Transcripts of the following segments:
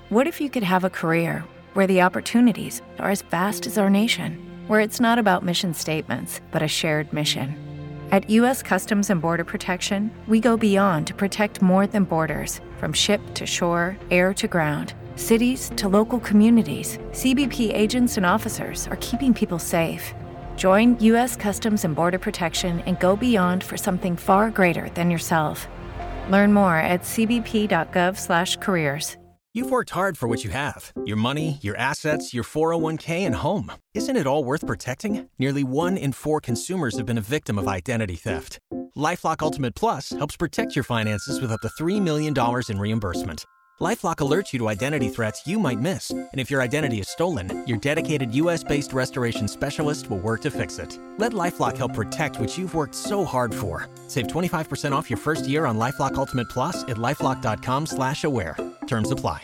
What if you could have a career where the opportunities are as vast as our nation, where it's not about mission statements, but a shared mission? At U.S. Customs and Border Protection, we go beyond to protect more than borders. From ship to shore, air to ground, cities to local communities, CBP agents and officers are keeping people safe. Join U.S. Customs and Border Protection and go beyond for something far greater than yourself. Learn more at cbp.gov/careers. You've worked hard for what you have. Your money, your assets, your 401k, and home. Isn't it all worth protecting? Nearly 1 in 4 consumers have been a victim of identity theft. LifeLock Ultimate Plus helps protect your finances with up to $3 million in reimbursement. LifeLock alerts you to identity threats you might miss. And if your identity is stolen, your dedicated U.S.-based restoration specialist will work to fix it. Let LifeLock help protect what you've worked so hard for. Save 25% off your first year on LifeLock Ultimate Plus at LifeLock.com/aware. Terms apply.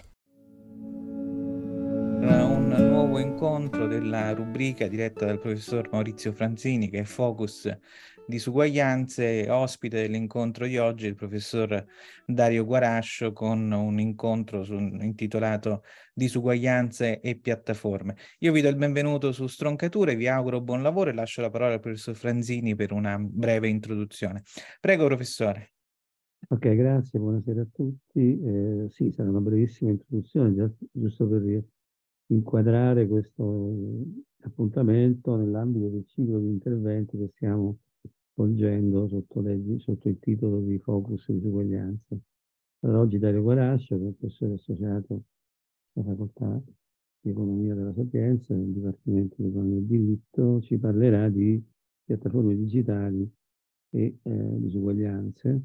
Un nuovo incontro della rubrica diretta dal professor Maurizio Franzini, che è Focus Disuguaglianze. Ospite dell'incontro di oggi il professor Dario Guarascio con un incontro intitolato Disuguaglianze e piattaforme. Io vi do il benvenuto su Stroncature, vi auguro buon lavoro e lascio la parola al professor Franzini per una breve introduzione. Prego, professore. Ok, grazie, buonasera a tutti. Sì, sarà una brevissima introduzione, giusto per inquadrare questo appuntamento nell'ambito del ciclo di interventi che stiamo svolgendo sotto il titolo di Focus Disuguaglianze. Allora, oggi Dario Guarascio, che è professore associato alla Facoltà di Economia della Sapienza, nel Dipartimento di Economia e Diritto, ci parlerà di piattaforme digitali e disuguaglianze,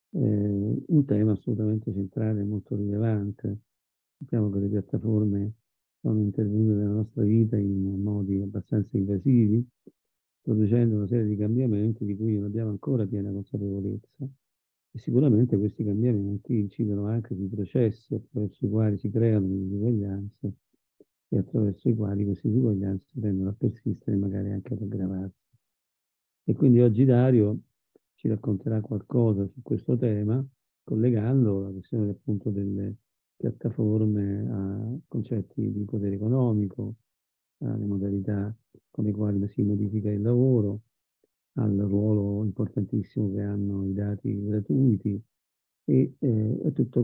un tema assolutamente centrale e molto rilevante. Sappiamo che le piattaforme sono intervenute nella nostra vita in modi abbastanza invasivi, producendo una serie di cambiamenti di cui non abbiamo ancora piena consapevolezza. E sicuramente questi cambiamenti incidono anche sui processi attraverso i quali si creano le disuguaglianze e attraverso i quali queste disuguaglianze tendono a persistere e magari anche ad aggravarsi. E quindi oggi Dario ci racconterà qualcosa su questo tema, collegando la questione appunto delle piattaforme a concetti di potere economico, alle modalità con le quali si modifica il lavoro, al ruolo importantissimo che hanno i dati gratuiti e tutto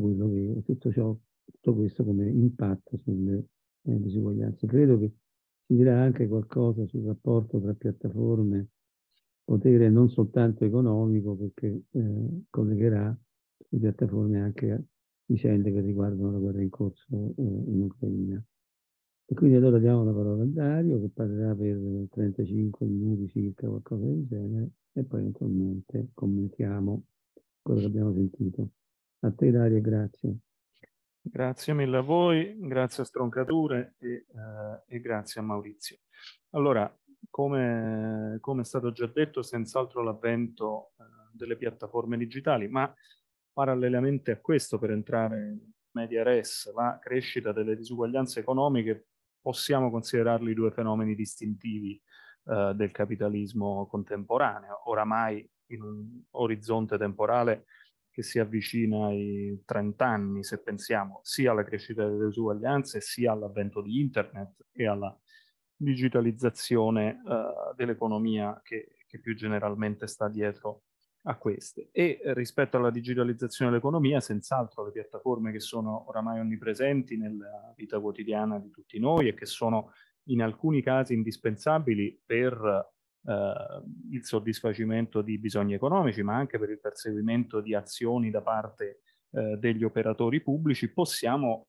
questo come impatta sulle disuguaglianze. Credo che si dirà anche qualcosa sul rapporto tra piattaforme, potere non soltanto economico, perché collegherà le piattaforme anche a vicende che riguardano la guerra in corso in Ucraina. E quindi allora diamo la parola a Dario, che parlerà per 35 minuti circa, qualcosa del genere, e poi eventualmente commentiamo quello che abbiamo sentito. A te Dario, grazie. Grazie mille a voi, grazie a Stroncature e grazie a Maurizio. Allora, come è stato già detto, senz'altro l'avvento delle piattaforme digitali, ma parallelamente a questo, per entrare in media res, la crescita delle disuguaglianze economiche, possiamo considerarli due fenomeni distintivi del capitalismo contemporaneo, oramai in un orizzonte temporale che si avvicina ai 30 anni, se pensiamo sia alla crescita delle disuguaglianze, sia all'avvento di Internet e alla digitalizzazione dell'economia che più generalmente sta dietro a queste. E rispetto alla digitalizzazione dell'economia, senz'altro le piattaforme che sono oramai onnipresenti nella vita quotidiana di tutti noi e che sono in alcuni casi indispensabili per il soddisfacimento di bisogni economici, ma anche per il perseguimento di azioni da parte degli operatori pubblici, possiamo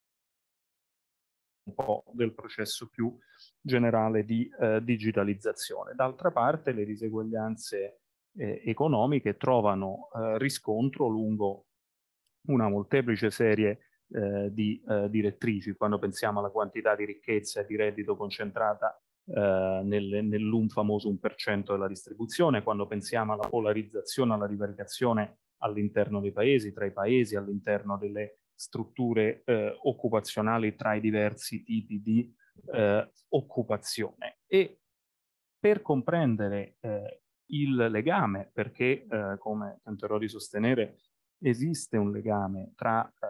un po' del processo più generale di digitalizzazione. D'altra parte, le diseguaglianze economiche trovano riscontro lungo una molteplice serie di direttrici. Quando pensiamo alla quantità di ricchezza e di reddito concentrata nell'un famoso 1% della distribuzione, quando pensiamo alla polarizzazione, alla divaricazione all'interno dei paesi, tra i paesi, all'interno delle strutture occupazionali, tra i diversi tipi di occupazione. E per comprendere il legame, perché come tenterò di sostenere esiste un legame tra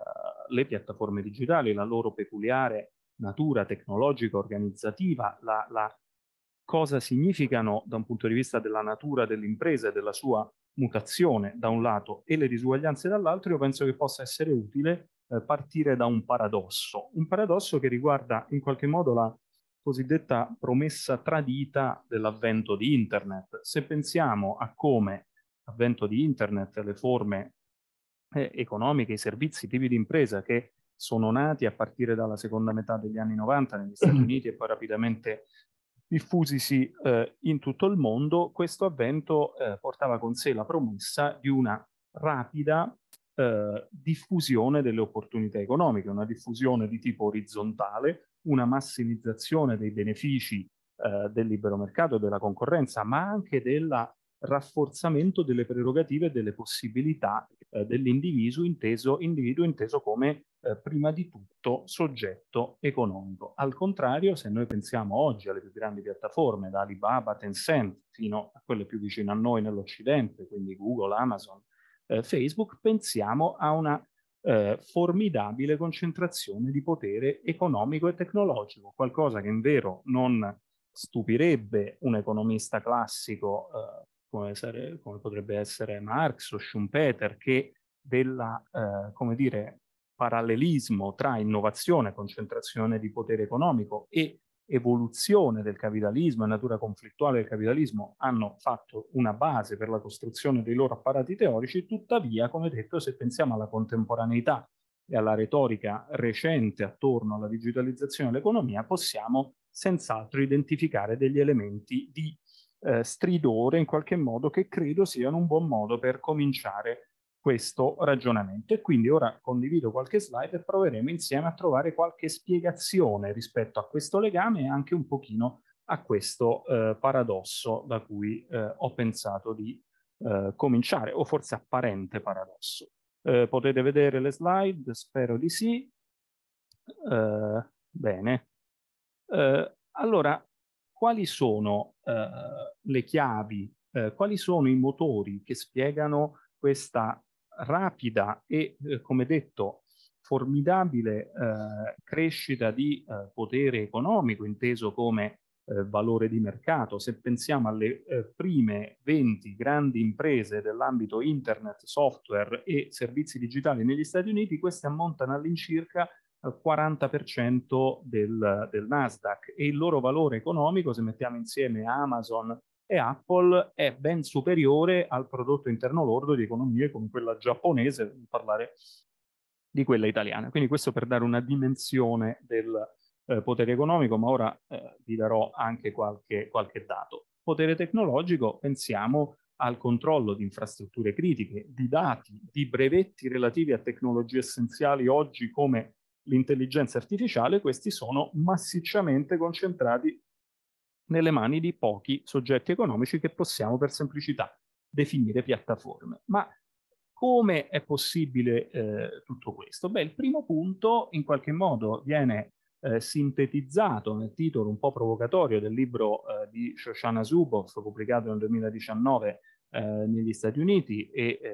le piattaforme digitali, la loro peculiare natura tecnologica, organizzativa, cosa significano da un punto di vista della natura dell'impresa e della sua mutazione da un lato e le disuguaglianze dall'altro, io penso che possa essere utile partire da un paradosso che riguarda in qualche modo la cosiddetta promessa tradita dell'avvento di Internet. Se pensiamo a come l'avvento di Internet, le forme economiche, i servizi, i tipi di impresa che sono nati a partire dalla seconda metà degli anni 90 negli Stati Uniti e poi rapidamente diffusisi in tutto il mondo, questo avvento portava con sé la promessa di una rapida diffusione delle opportunità economiche, una diffusione di tipo orizzontale, una massimizzazione dei benefici del libero mercato, della concorrenza, ma anche del rafforzamento delle prerogative e delle possibilità dell'individuo inteso come prima di tutto soggetto economico. Al contrario, se noi pensiamo oggi alle più grandi piattaforme, da Alibaba, Tencent, fino a quelle più vicine a noi nell'Occidente, quindi Google, Amazon, Facebook, pensiamo a una formidabile concentrazione di potere economico e tecnologico, qualcosa che in vero non stupirebbe un economista classico come potrebbe essere Marx o Schumpeter, che del parallelismo tra innovazione, concentrazione di potere economico e evoluzione del capitalismo e natura conflittuale del capitalismo hanno fatto una base per la costruzione dei loro apparati teorici. Tuttavia, come detto, se pensiamo alla contemporaneità e alla retorica recente attorno alla digitalizzazione dell'economia, possiamo senz'altro identificare degli elementi di stridore in qualche modo che credo siano un buon modo per cominciare questo ragionamento. E quindi ora condivido qualche slide e proveremo insieme a trovare qualche spiegazione rispetto a questo legame e anche un pochino a questo paradosso da cui ho pensato di cominciare, o forse apparente paradosso. Potete vedere le slide? Spero di sì. Bene. Allora, quali sono le chiavi, quali sono i motori che spiegano questa rapida e, come detto, formidabile crescita di potere economico, inteso come valore di mercato? Se pensiamo alle prime 20 grandi imprese dell'ambito internet, software e servizi digitali negli Stati Uniti, queste ammontano all'incirca al 40% del Nasdaq, e il loro valore economico, se mettiamo insieme Amazon e Apple, è ben superiore al prodotto interno lordo di economie come quella giapponese, per non parlare di quella italiana. Quindi questo per dare una dimensione del potere economico, ma ora vi darò anche qualche dato. Potere tecnologico, pensiamo al controllo di infrastrutture critiche, di dati, di brevetti relativi a tecnologie essenziali oggi come l'intelligenza artificiale. Questi sono massicciamente concentrati nelle mani di pochi soggetti economici che possiamo per semplicità definire piattaforme. Ma come è possibile tutto questo? Beh, il primo punto in qualche modo viene sintetizzato nel titolo un po' provocatorio del libro di Shoshana Zuboff, pubblicato nel 2019 negli Stati Uniti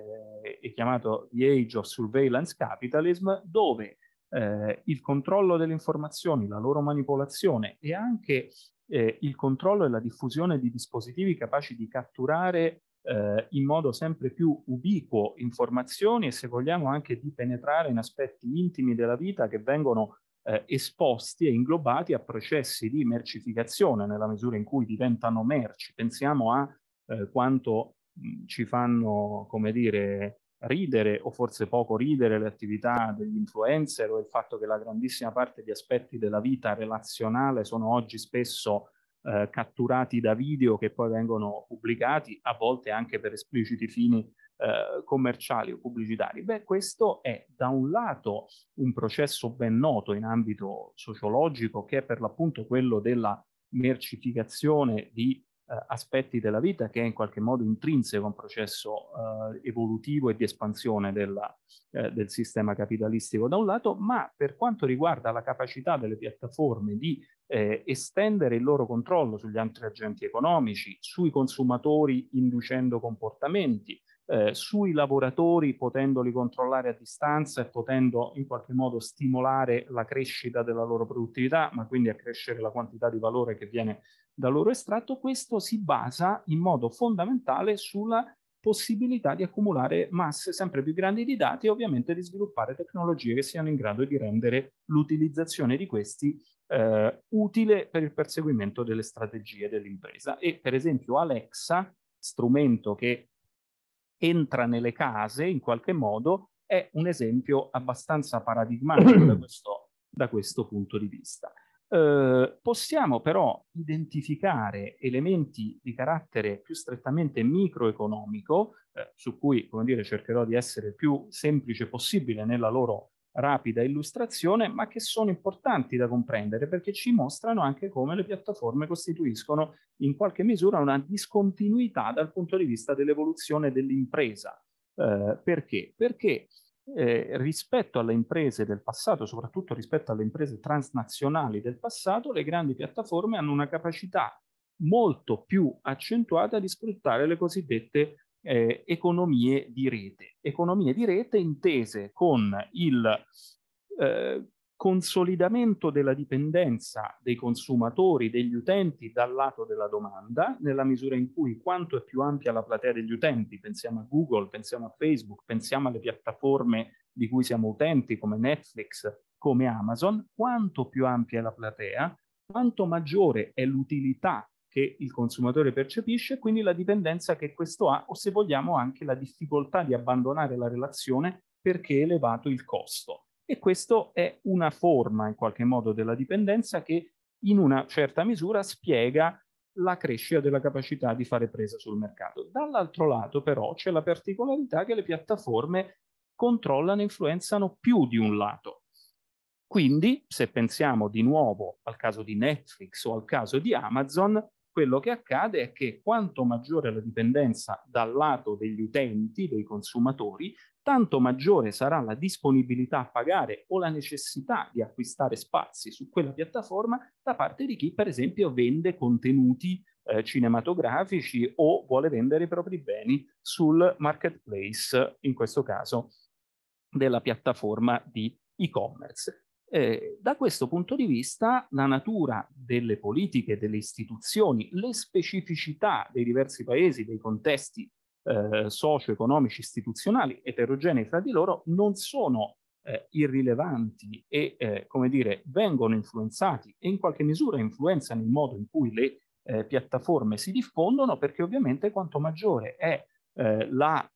e chiamato The Age of Surveillance Capitalism, dove il controllo delle informazioni, la loro manipolazione e anche il controllo e la diffusione di dispositivi capaci di catturare in modo sempre più ubiquo informazioni e, se vogliamo, anche di penetrare in aspetti intimi della vita che vengono esposti e inglobati a processi di mercificazione nella misura in cui diventano merci. Pensiamo a quanto ci fanno, come dire, ridere o forse poco ridere le attività degli influencer, o il fatto che la grandissima parte di aspetti della vita relazionale sono oggi spesso catturati da video che poi vengono pubblicati, a volte anche per espliciti fini commerciali o pubblicitari. Beh, questo è da un lato un processo ben noto in ambito sociologico, che è per l'appunto quello della mercificazione di aspetti della vita, che è in qualche modo intrinseco a un processo evolutivo e di espansione del sistema capitalistico da un lato, ma per quanto riguarda la capacità delle piattaforme di estendere il loro controllo sugli altri agenti economici, sui consumatori inducendo comportamenti, sui lavoratori, potendoli controllare a distanza e potendo in qualche modo stimolare la crescita della loro produttività, ma quindi accrescere la quantità di valore che viene da loro estratto. Questo si basa in modo fondamentale sulla possibilità di accumulare masse sempre più grandi di dati e ovviamente di sviluppare tecnologie che siano in grado di rendere l'utilizzazione di questi utile per il perseguimento delle strategie dell'impresa. E per esempio Alexa, strumento che entra nelle case in qualche modo, è un esempio abbastanza paradigmatico da questo punto di vista. Possiamo però identificare elementi di carattere più strettamente microeconomico, su cui, come dire, cercherò di essere il più semplice possibile nella loro rapida illustrazione, ma che sono importanti da comprendere perché ci mostrano anche come le piattaforme costituiscono in qualche misura una discontinuità dal punto di vista dell'evoluzione dell'impresa. Perché? Perché rispetto alle imprese del passato, soprattutto rispetto alle imprese transnazionali del passato, le grandi piattaforme hanno una capacità molto più accentuata di sfruttare le cosiddette economie di rete intese con il consolidamento della dipendenza dei consumatori, degli utenti dal lato della domanda, nella misura in cui quanto è più ampia la platea degli utenti, pensiamo a Google, pensiamo a Facebook, pensiamo alle piattaforme di cui siamo utenti come Netflix, come Amazon, quanto più ampia è la platea, quanto maggiore è l'utilità che il consumatore percepisce, quindi la dipendenza che questo ha, o se vogliamo anche la difficoltà di abbandonare la relazione perché è elevato il costo. E questo è una forma in qualche modo della dipendenza che in una certa misura spiega la crescita della capacità di fare presa sul mercato. Dall'altro lato però c'è la particolarità che le piattaforme controllano e influenzano più di un lato. Quindi, se pensiamo di nuovo al caso di Netflix o al caso di Amazon, quello che accade è che quanto maggiore la dipendenza dal lato degli utenti, dei consumatori, tanto maggiore sarà la disponibilità a pagare o la necessità di acquistare spazi su quella piattaforma da parte di chi, per esempio, vende contenuti cinematografici o vuole vendere i propri beni sul marketplace, in questo caso della piattaforma di e-commerce. Da questo punto di vista, la natura delle politiche, delle istituzioni, le specificità dei diversi paesi, dei contesti socio-economici, istituzionali, eterogenei fra di loro, non sono irrilevanti e, come dire, vengono influenzati e in qualche misura influenzano il modo in cui le piattaforme si diffondono, perché ovviamente quanto maggiore è la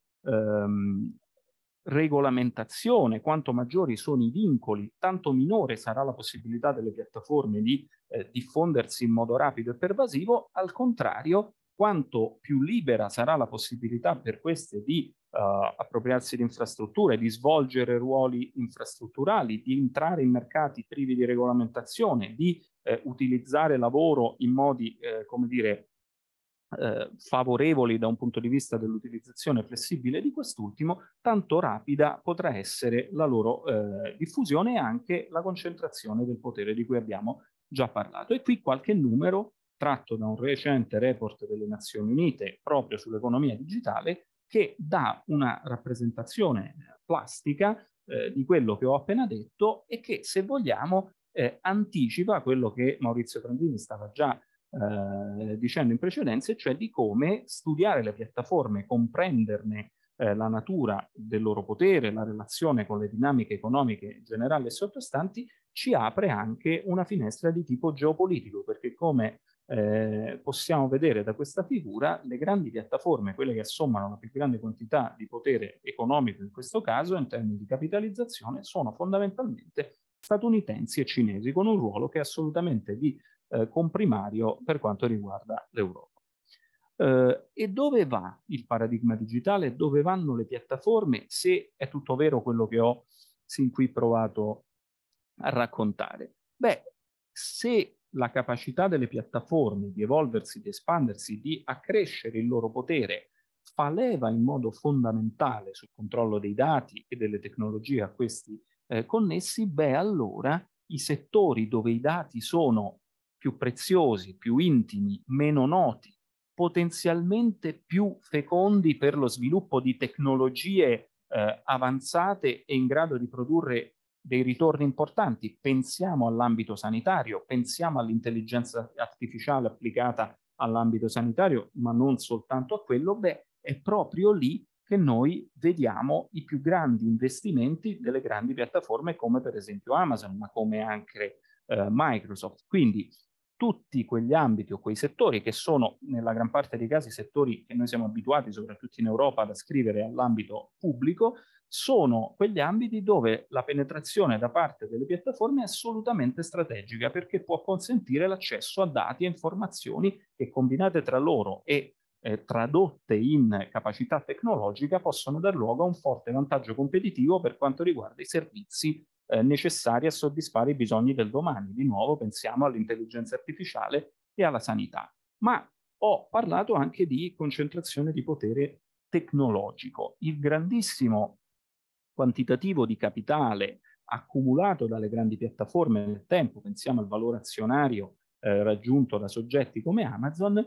regolamentazione, quanto maggiori sono i vincoli, tanto minore sarà la possibilità delle piattaforme di diffondersi in modo rapido e pervasivo. Al contrario, quanto più libera sarà la possibilità per queste di appropriarsi di infrastrutture, di svolgere ruoli infrastrutturali, di entrare in mercati privi di regolamentazione, di utilizzare lavoro in modi, come dire, favorevoli da un punto di vista dell'utilizzazione flessibile di quest'ultimo, tanto rapida potrà essere la loro diffusione e anche la concentrazione del potere di cui abbiamo già parlato. E qui qualche numero tratto da un recente report delle Nazioni Unite proprio sull'economia digitale che dà una rappresentazione plastica di quello che ho appena detto e che, se vogliamo, anticipa quello che Maurizio Franzini stava già dicendo in precedenza, cioè di come studiare le piattaforme, comprenderne la natura del loro potere, la relazione con le dinamiche economiche generali e sottostanti, ci apre anche una finestra di tipo geopolitico, perché come possiamo vedere da questa figura, le grandi piattaforme, quelle che assommano la più grande quantità di potere economico in questo caso, in termini di capitalizzazione, sono fondamentalmente statunitensi e cinesi, con un ruolo che è assolutamente di comprimario per quanto riguarda l'Europa. E dove va il paradigma digitale? Dove vanno le piattaforme? Se è tutto vero quello che ho sin qui provato a raccontare. Beh, se la capacità delle piattaforme di evolversi, di espandersi, di accrescere il loro potere fa leva in modo fondamentale sul controllo dei dati e delle tecnologie a questi connessi, beh, allora i settori dove i dati sono più preziosi, più intimi, meno noti, potenzialmente più fecondi per lo sviluppo di tecnologie avanzate e in grado di produrre dei ritorni importanti. Pensiamo all'ambito sanitario, pensiamo all'intelligenza artificiale applicata all'ambito sanitario, ma non soltanto a quello. Beh, è proprio lì che noi vediamo i più grandi investimenti delle grandi piattaforme come per esempio Amazon, ma come anche Microsoft. Quindi tutti quegli ambiti o quei settori che sono nella gran parte dei casi settori che noi siamo abituati, soprattutto in Europa, ad ascrivere all'ambito pubblico, sono quegli ambiti dove la penetrazione da parte delle piattaforme è assolutamente strategica, perché può consentire l'accesso a dati e informazioni che, combinate tra loro e tradotte in capacità tecnologica, possono dar luogo a un forte vantaggio competitivo per quanto riguarda i servizi necessari a soddisfare i bisogni del domani. Di nuovo pensiamo all'intelligenza artificiale e alla sanità. Ma ho parlato anche di concentrazione di potere tecnologico. Il grandissimo quantitativo di capitale accumulato dalle grandi piattaforme nel tempo, pensiamo al valore azionario raggiunto da soggetti come Amazon,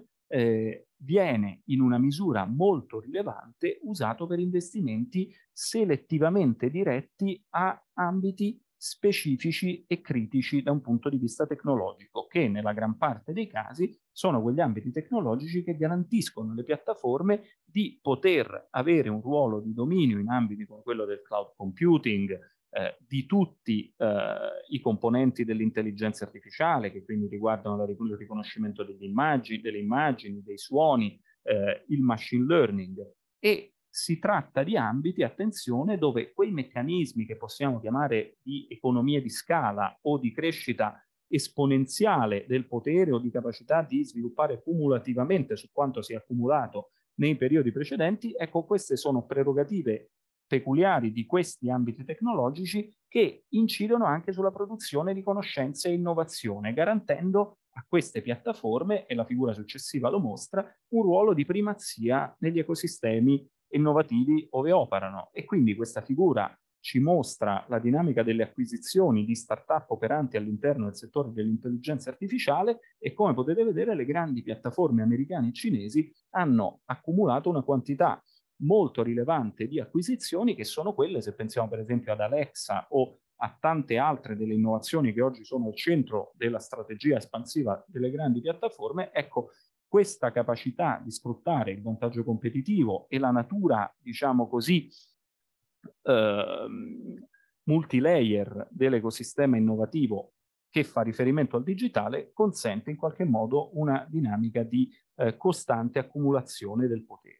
viene in una misura molto rilevante usato per investimenti selettivamente diretti a ambiti specifici e critici da un punto di vista tecnologico, che nella gran parte dei casi sono quegli ambiti tecnologici che garantiscono alle piattaforme di poter avere un ruolo di dominio in ambiti come quello del cloud computing, di tutti i componenti dell'intelligenza artificiale, che quindi riguardano il riconoscimento delle immagini, dei suoni, il machine learning. E si tratta di ambiti, attenzione, dove quei meccanismi che possiamo chiamare di economie di scala o di crescita esponenziale del potere o di capacità di sviluppare cumulativamente su quanto si è accumulato nei periodi precedenti, ecco, queste sono prerogative peculiari di questi ambiti tecnologici che incidono anche sulla produzione di conoscenze e innovazione, garantendo a queste piattaforme, e la figura successiva lo mostra, un ruolo di primazia negli ecosistemi innovativi ove operano. E quindi questa figura ci mostra la dinamica delle acquisizioni di start-up operanti all'interno del settore dell'intelligenza artificiale, e come potete vedere le grandi piattaforme americane e cinesi hanno accumulato una quantità molto rilevante di acquisizioni, che sono quelle, se pensiamo per esempio ad Alexa o a tante altre delle innovazioni che oggi sono al centro della strategia espansiva delle grandi piattaforme. Ecco, questa capacità di sfruttare il vantaggio competitivo e la natura, diciamo così, multilayer dell'ecosistema innovativo che fa riferimento al digitale, consente in qualche modo una dinamica di costante accumulazione del potere.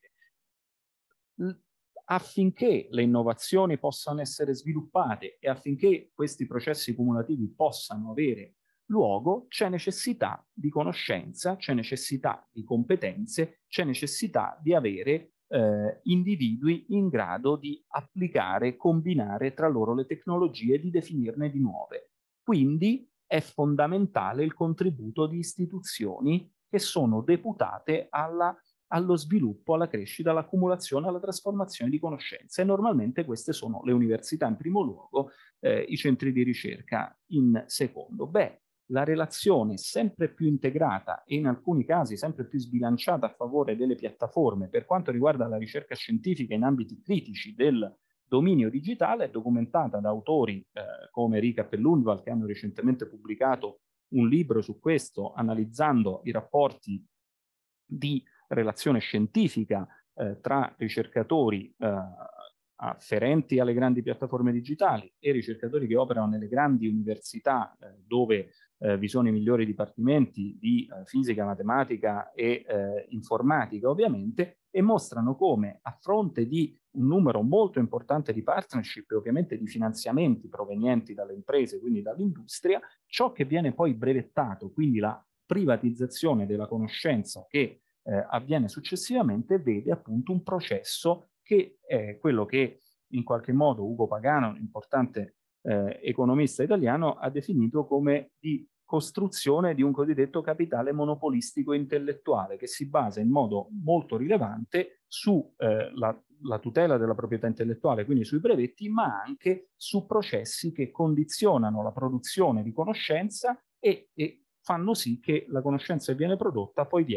Affinché le innovazioni possano essere sviluppate e affinché questi processi cumulativi possano avere luogo, c'è necessità di conoscenza, c'è necessità di competenze, c'è necessità di avere individui in grado di applicare, combinare tra loro le tecnologie e di definirne di nuove. Quindi è fondamentale il contributo di istituzioni che sono deputate allo sviluppo, alla crescita, all'accumulazione, alla trasformazione di conoscenze. E normalmente queste sono le università in primo luogo, i centri di ricerca in secondo. Beh, la relazione sempre più integrata e in alcuni casi sempre più sbilanciata a favore delle piattaforme per quanto riguarda la ricerca scientifica in ambiti critici del dominio digitale è documentata da autori come Ricap e Lundvall, che hanno recentemente pubblicato un libro su questo, analizzando i rapporti di relazione scientifica tra ricercatori afferenti alle grandi piattaforme digitali e ricercatori che operano nelle grandi università dove vi sono i migliori dipartimenti di fisica, matematica e informatica, ovviamente, e mostrano come, a fronte di un numero molto importante di partnership e ovviamente di finanziamenti provenienti dalle imprese, quindi dall'industria, ciò che viene poi brevettato, quindi la privatizzazione della conoscenza che avviene successivamente, vede appunto un processo che è quello che in qualche modo Ugo Pagano, un importante economista italiano, ha definito come di costruzione di un cosiddetto capitale monopolistico intellettuale, che si basa in modo molto rilevante su la tutela della proprietà intellettuale, quindi sui brevetti, ma anche su processi che condizionano la produzione di conoscenza e fanno sì che la conoscenza che viene prodotta poi viene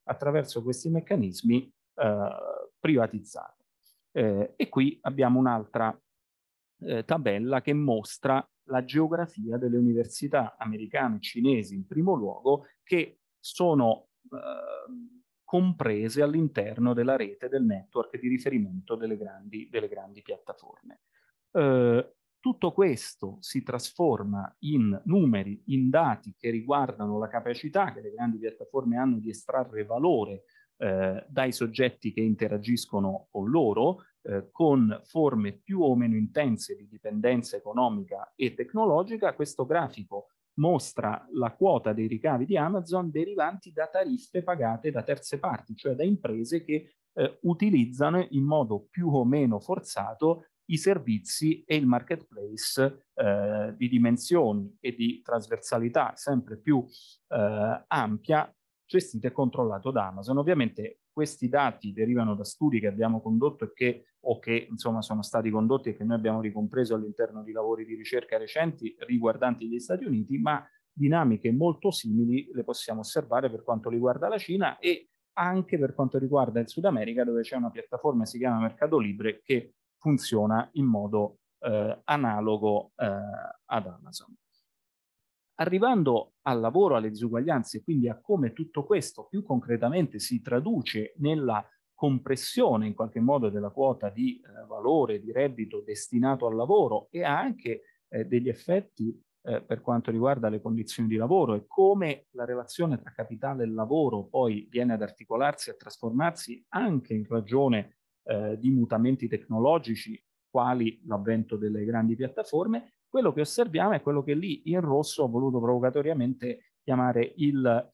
attraverso questi meccanismi privatizzate. E qui abbiamo un'altra tabella che mostra la geografia delle università americane e cinesi in primo luogo, che sono comprese all'interno della rete del network di riferimento delle grandi piattaforme. Tutto questo si trasforma in numeri, in dati che riguardano la capacità che le grandi piattaforme hanno di estrarre valore dai soggetti che interagiscono con loro, con forme più o meno intense di dipendenza economica e tecnologica. Questo grafico mostra la quota dei ricavi di Amazon derivanti da tariffe pagate da terze parti, cioè da imprese che utilizzano in modo più o meno forzato i servizi e il marketplace di dimensioni e di trasversalità sempre più ampia, gestito e controllato da Amazon. Ovviamente questi dati derivano da studi che abbiamo condotto o che insomma sono stati condotti e che noi abbiamo ricompreso all'interno di lavori di ricerca recenti riguardanti gli Stati Uniti, ma dinamiche molto simili le possiamo osservare per quanto riguarda la Cina e anche per quanto riguarda il Sud America, dove c'è una piattaforma che si chiama Mercado Libre che funziona in modo analogo ad Amazon. Arrivando al lavoro, alle disuguaglianze, e quindi a come tutto questo più concretamente si traduce nella compressione in qualche modo della quota di valore, di reddito destinato al lavoro e ha anche degli effetti per quanto riguarda le condizioni di lavoro e come la relazione tra capitale e lavoro poi viene ad articolarsi e a trasformarsi anche in ragione di mutamenti tecnologici quali l'avvento delle grandi piattaforme. Quello che osserviamo è quello che lì in rosso ho voluto provocatoriamente chiamare il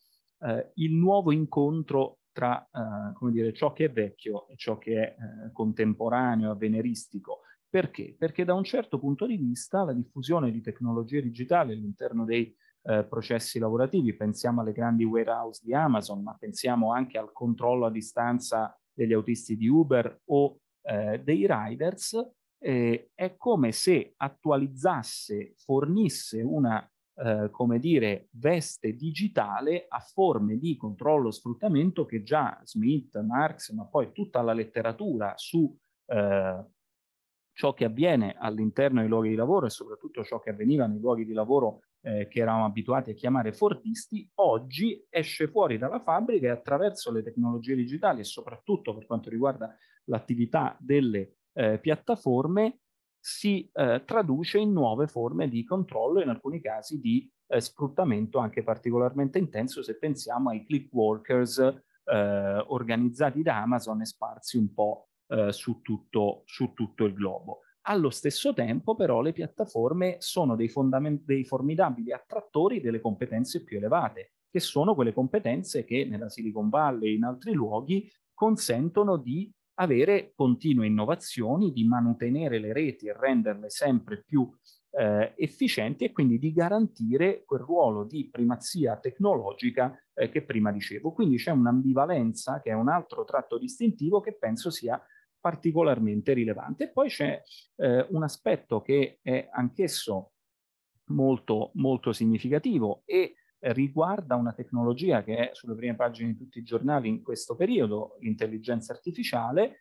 nuovo incontro tra come dire, ciò che è vecchio e ciò che è contemporaneo, avveniristico. Perché? Perché da un certo punto di vista la diffusione di tecnologie digitali all'interno dei processi lavorativi, pensiamo alle grandi warehouse di Amazon, ma pensiamo anche al controllo a distanza degli autisti di Uber o dei riders, è come se attualizzasse, fornisse una come dire, veste digitale a forme di controllo e sfruttamento che già Smith, Marx, ma poi tutta la letteratura su ciò che avviene all'interno dei luoghi di lavoro e soprattutto ciò che avveniva nei luoghi di lavoro che eravamo abituati a chiamare fordisti, oggi esce fuori dalla fabbrica e attraverso le tecnologie digitali e soprattutto per quanto riguarda l'attività delle piattaforme si traduce in nuove forme di controllo e in alcuni casi di sfruttamento anche particolarmente intenso, se pensiamo ai click workers organizzati da Amazon e sparsi un po' su tutto il globo. Allo stesso tempo, però, le piattaforme sono dei formidabili attrattori delle competenze più elevate, che sono quelle competenze che nella Silicon Valley e in altri luoghi consentono di avere continue innovazioni, di mantenere le reti e renderle sempre più efficienti e quindi di garantire quel ruolo di primazia tecnologica che prima dicevo. Quindi c'è un'ambivalenza che è un altro tratto distintivo che penso sia particolarmente rilevante. E poi c'è un aspetto che è anch'esso molto, molto significativo e riguarda una tecnologia che è sulle prime pagine di tutti i giornali in questo periodo, l'intelligenza artificiale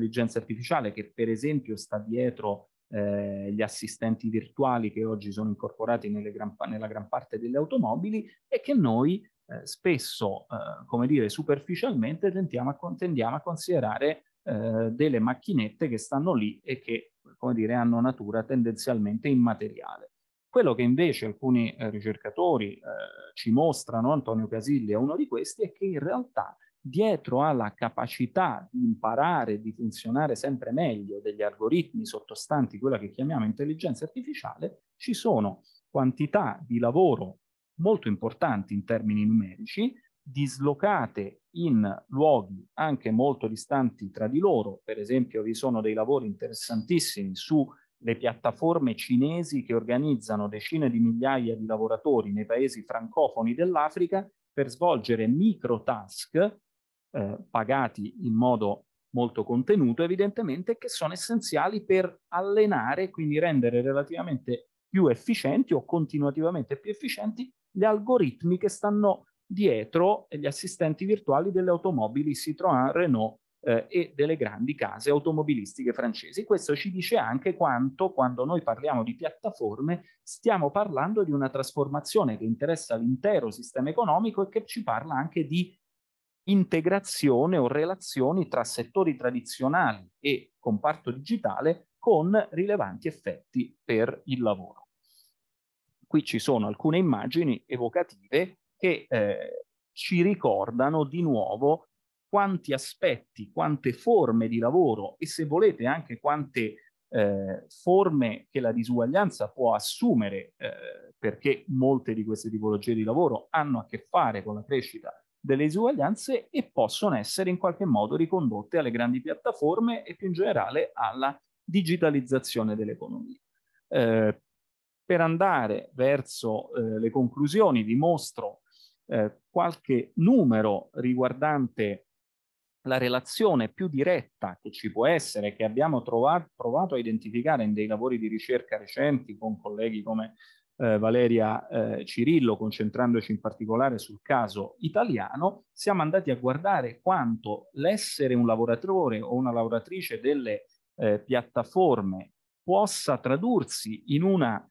che per esempio sta dietro gli assistenti virtuali che oggi sono incorporati nella gran parte delle automobili e che noi spesso, come dire, superficialmente tendiamo a considerare delle macchinette che stanno lì e che, come dire, hanno natura tendenzialmente immateriale. Quello che invece alcuni ricercatori ci mostrano, Antonio Casilli è uno di questi, è che in realtà dietro alla capacità di imparare, di funzionare sempre meglio degli algoritmi sottostanti quella che chiamiamo intelligenza artificiale, ci sono quantità di lavoro molto importanti in termini numerici, dislocate in luoghi anche molto distanti tra di loro. Per esempio vi sono dei lavori interessantissimi sulle piattaforme cinesi che organizzano decine di migliaia di lavoratori nei paesi francofoni dell'Africa per svolgere micro task pagati in modo molto contenuto evidentemente, che sono essenziali per allenare, quindi rendere relativamente più efficienti o continuativamente più efficienti gli algoritmi che stanno dietro gli assistenti virtuali delle automobili Citroën, Renault e delle grandi case automobilistiche francesi. Questo ci dice anche quanto, quando noi parliamo di piattaforme, stiamo parlando di una trasformazione che interessa l'intero sistema economico e che ci parla anche di integrazione o relazioni tra settori tradizionali e comparto digitale con rilevanti effetti per il lavoro. Qui ci sono alcune immagini evocative che ci ricordano di nuovo quanti aspetti, quante forme di lavoro e, se volete, anche quante forme che la disuguaglianza può assumere, perché molte di queste tipologie di lavoro hanno a che fare con la crescita delle disuguaglianze e possono essere in qualche modo ricondotte alle grandi piattaforme e più in generale alla digitalizzazione dell'economia. Per andare verso le conclusioni vi mostro qualche numero riguardante la relazione più diretta che ci può essere, che abbiamo provato a identificare in dei lavori di ricerca recenti con colleghi come Valeria Cirillo, concentrandoci in particolare sul caso italiano. Siamo andati a guardare quanto l'essere un lavoratore o una lavoratrice delle piattaforme possa tradursi in una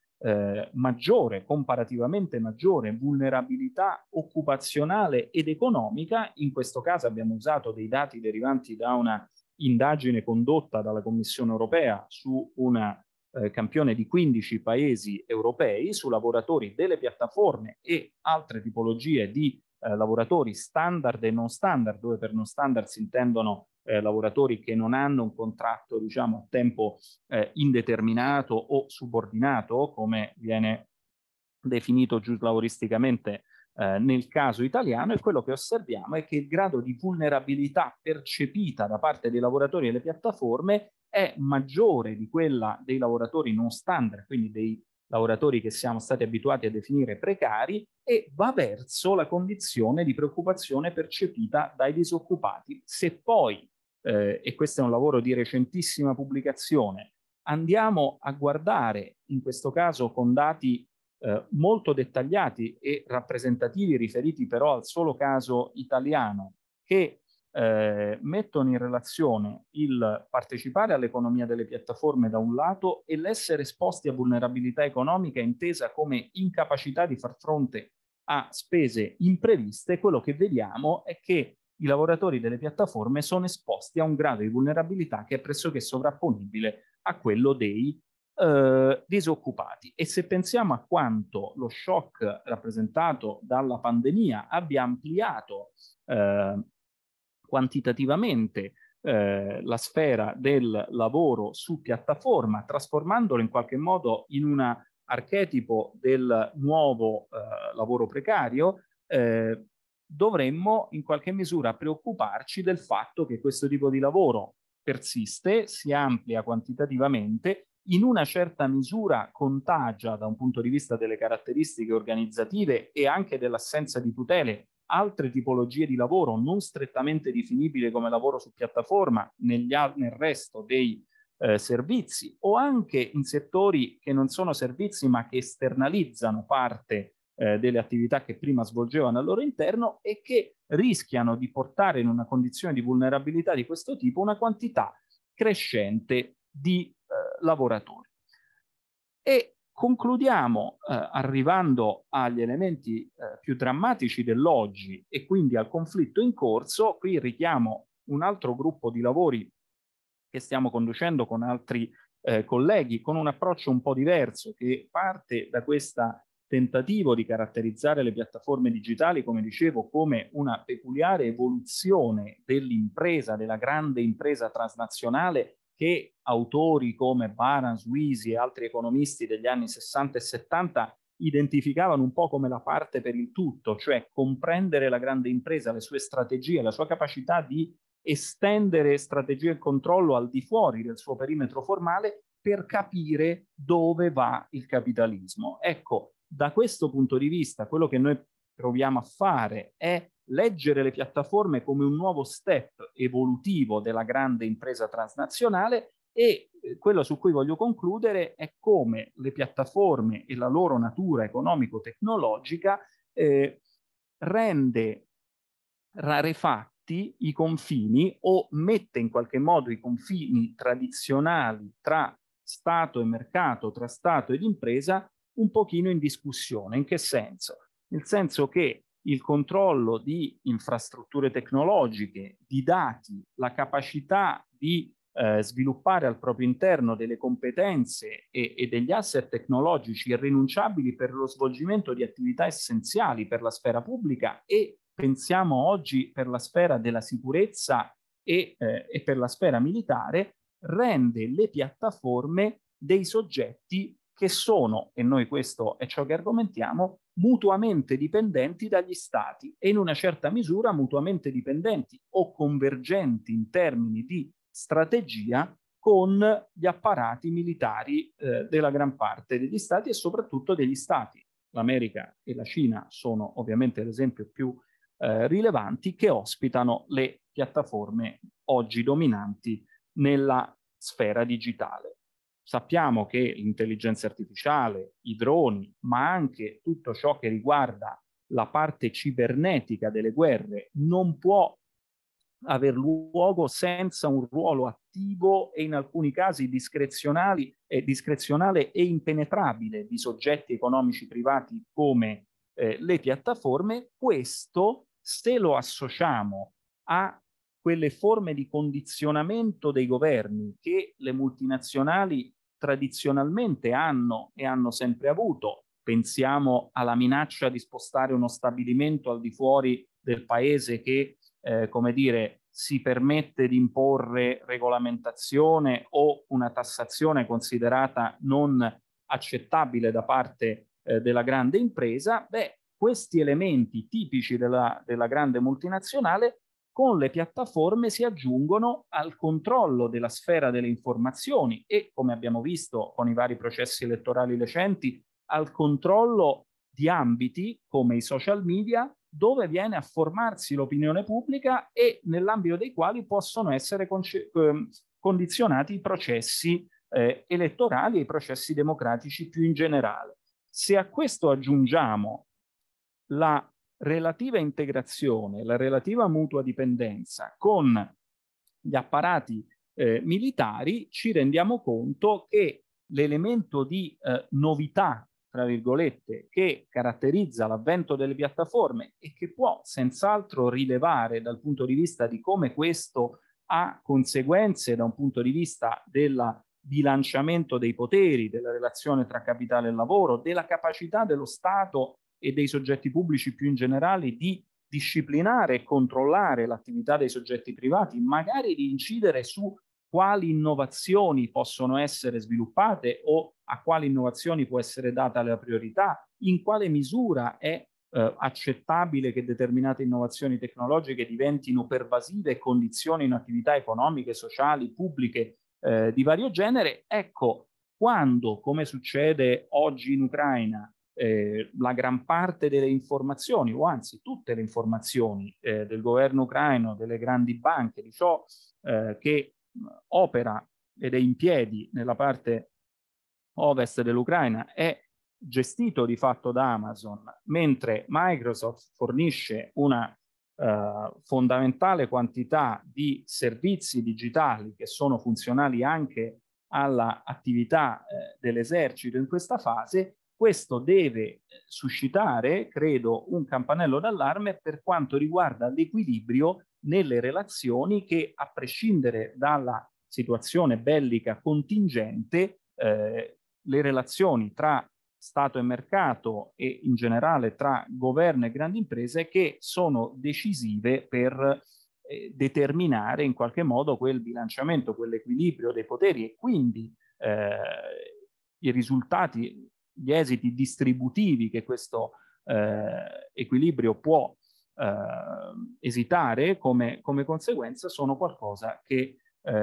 comparativamente maggiore vulnerabilità occupazionale ed economica. In questo caso abbiamo usato dei dati derivanti da una indagine condotta dalla Commissione europea su una campione di 15 paesi europei su lavoratori delle piattaforme e altre tipologie di lavoratori standard e non standard, dove per non standard si intendono lavoratori che non hanno un contratto, diciamo, a tempo indeterminato o subordinato, come viene definito giuslavoristicamente nel caso italiano. E quello che osserviamo è che il grado di vulnerabilità percepita da parte dei lavoratori delle piattaforme è maggiore di quella dei lavoratori non standard, quindi dei lavoratori che siamo stati abituati a definire precari, e va verso la condizione di preoccupazione percepita dai disoccupati. Se poi, e questo è un lavoro di recentissima pubblicazione, andiamo a guardare, in questo caso con dati molto dettagliati e rappresentativi, riferiti però al solo caso italiano, che mettono in relazione il partecipare all'economia delle piattaforme da un lato e l'essere esposti a vulnerabilità economica intesa come incapacità di far fronte a spese impreviste, quello che vediamo è che i lavoratori delle piattaforme sono esposti a un grado di vulnerabilità che è pressoché sovrapponibile a quello dei disoccupati. E se pensiamo a quanto lo shock rappresentato dalla pandemia abbia ampliato quantitativamente la sfera del lavoro su piattaforma, trasformandolo in qualche modo in un archetipo del nuovo lavoro precario, dovremmo in qualche misura preoccuparci del fatto che questo tipo di lavoro persiste, si amplia quantitativamente, in una certa misura contagia da un punto di vista delle caratteristiche organizzative e anche dell'assenza di tutele altre tipologie di lavoro non strettamente definibili come lavoro su piattaforma nel resto dei servizi, o anche in settori che non sono servizi ma che esternalizzano parte delle attività che prima svolgevano al loro interno e che rischiano di portare in una condizione di vulnerabilità di questo tipo una quantità crescente di lavoratori. E concludiamo arrivando agli elementi più drammatici dell'oggi e quindi al conflitto in corso. Qui richiamo un altro gruppo di lavori che stiamo conducendo con altri colleghi, con un approccio un po' diverso, che parte da questo tentativo di caratterizzare le piattaforme digitali, come dicevo, come una peculiare evoluzione dell'impresa, della grande impresa transnazionale, che autori come Baran, Sweezy e altri economisti degli anni 60 e 70 identificavano un po' come la parte per il tutto, cioè comprendere la grande impresa, le sue strategie, la sua capacità di estendere strategie e controllo al di fuori del suo perimetro formale per capire dove va il capitalismo. Ecco, da questo punto di vista, quello che noi proviamo a fare è leggere le piattaforme come un nuovo step evolutivo della grande impresa transnazionale, e quello su cui voglio concludere è come le piattaforme e la loro natura economico-tecnologica rende rarefatti i confini o mette in qualche modo i confini tradizionali tra Stato e mercato, tra Stato ed impresa, un pochino in discussione. In che senso? Nel senso che il controllo di infrastrutture tecnologiche, di dati, la capacità di sviluppare al proprio interno delle competenze e degli asset tecnologici irrinunciabili per lo svolgimento di attività essenziali per la sfera pubblica e pensiamo oggi per la sfera della sicurezza e per la sfera militare, rende le piattaforme dei soggetti che sono, e noi questo è ciò che argomentiamo, mutuamente dipendenti dagli stati e in una certa misura mutuamente dipendenti o convergenti in termini di strategia con gli apparati militari della gran parte degli stati e soprattutto degli stati. L'America e la Cina sono ovviamente l'esempio più rilevanti che ospitano le piattaforme oggi dominanti nella sfera digitale. Sappiamo che l'intelligenza artificiale, i droni, ma anche tutto ciò che riguarda la parte cibernetica delle guerre non può aver luogo senza un ruolo attivo e in alcuni casi discrezionale e impenetrabile di soggetti economici privati come le piattaforme. Questo, se lo associamo a quelle forme di condizionamento dei governi che le multinazionali tradizionalmente hanno e hanno sempre avuto, pensiamo alla minaccia di spostare uno stabilimento al di fuori del paese che come dire, si permette di imporre regolamentazione o una tassazione considerata non accettabile da parte della grande impresa, beh, questi elementi tipici della grande multinazionale con le piattaforme si aggiungono al controllo della sfera delle informazioni e, come abbiamo visto con i vari processi elettorali recenti, al controllo di ambiti come i social media, dove viene a formarsi l'opinione pubblica e nell'ambito dei quali possono essere condizionati i processi elettorali e i processi democratici più in generale. Se a questo aggiungiamo la relativa integrazione, la relativa mutua dipendenza con gli apparati militari, ci rendiamo conto che l'elemento di novità, tra virgolette, che caratterizza l'avvento delle piattaforme e che può senz'altro rilevare dal punto di vista di come questo ha conseguenze da un punto di vista del bilanciamento dei poteri, della relazione tra capitale e lavoro, della capacità dello Stato e dei soggetti pubblici più in generale di disciplinare e controllare l'attività dei soggetti privati, magari di incidere su quali innovazioni possono essere sviluppate o a quali innovazioni può essere data la priorità, in quale misura è accettabile che determinate innovazioni tecnologiche diventino pervasive e condizionino attività economiche, sociali, pubbliche di vario genere. Ecco, quando, come succede oggi in Ucraina, la gran parte delle informazioni, o anzi tutte le informazioni del governo ucraino, delle grandi banche, di ciò che opera ed è in piedi nella parte ovest dell'Ucraina è gestito di fatto da Amazon, mentre Microsoft fornisce una fondamentale quantità di servizi digitali che sono funzionali anche all'attività dell'esercito in questa fase. Questo deve suscitare, credo, un campanello d'allarme per quanto riguarda l'equilibrio nelle relazioni che, a prescindere dalla situazione bellica contingente, le relazioni tra Stato e mercato e in generale tra governo e grandi imprese, che sono decisive per determinare in qualche modo quel bilanciamento, quell'equilibrio dei poteri e quindi i risultati, gli esiti distributivi che questo equilibrio può esitare come conseguenza sono qualcosa che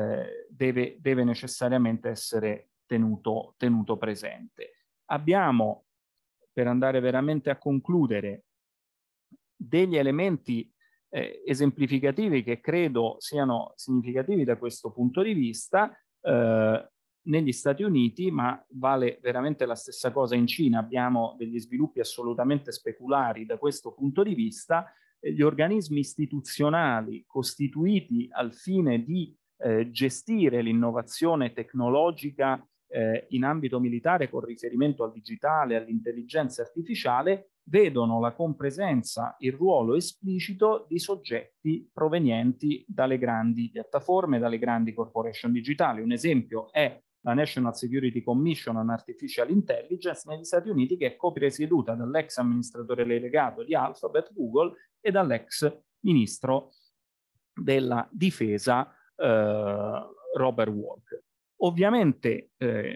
deve necessariamente essere tenuto presente. Abbiamo, per andare veramente a concludere, degli elementi esemplificativi che credo siano significativi da questo punto di vista. negli Stati Uniti, ma vale veramente la stessa cosa in Cina. Abbiamo degli sviluppi assolutamente speculari da questo punto di vista. Gli organismi istituzionali costituiti al fine di gestire l'innovazione tecnologica in ambito militare con riferimento al digitale, all'intelligenza artificiale, vedono la compresenza, il ruolo esplicito di soggetti provenienti dalle grandi piattaforme, dalle grandi corporation digitali. Un esempio è la National Security Commission on Artificial Intelligence negli Stati Uniti, che è copresieduta dall'ex amministratore delegato di Alphabet, Google, e dall'ex ministro della difesa Robert Walker. Ovviamente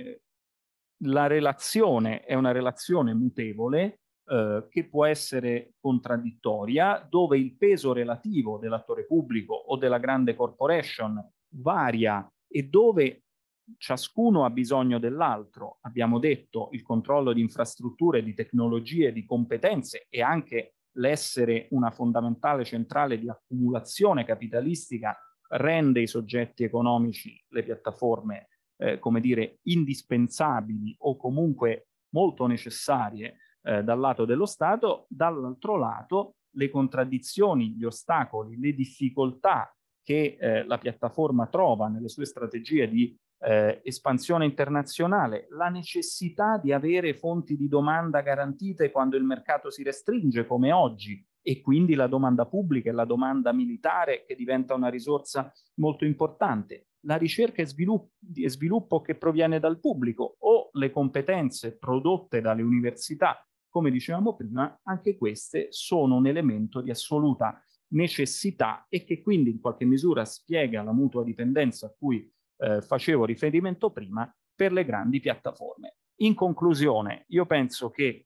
la relazione è una relazione mutevole, che può essere contraddittoria, dove il peso relativo dell'attore pubblico o della grande corporation varia e dove ciascuno ha bisogno dell'altro. Abbiamo detto il controllo di infrastrutture, di tecnologie, di competenze e anche l'essere una fondamentale centrale di accumulazione capitalistica rende i soggetti economici, le piattaforme, come dire, indispensabili o comunque molto necessarie dal lato dello Stato. Dall'altro lato, le contraddizioni, gli ostacoli, le difficoltà che la piattaforma trova nelle sue strategie di espansione internazionale, la necessità di avere fonti di domanda garantite quando il mercato si restringe come oggi, e quindi la domanda pubblica e la domanda militare che diventa una risorsa molto importante, la ricerca e sviluppo che proviene dal pubblico o le competenze prodotte dalle università, come dicevamo prima, anche queste sono un elemento di assoluta necessità e che quindi in qualche misura spiega la mutua dipendenza a cui facevo riferimento prima per le grandi piattaforme. In conclusione, io penso che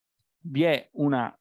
vi è una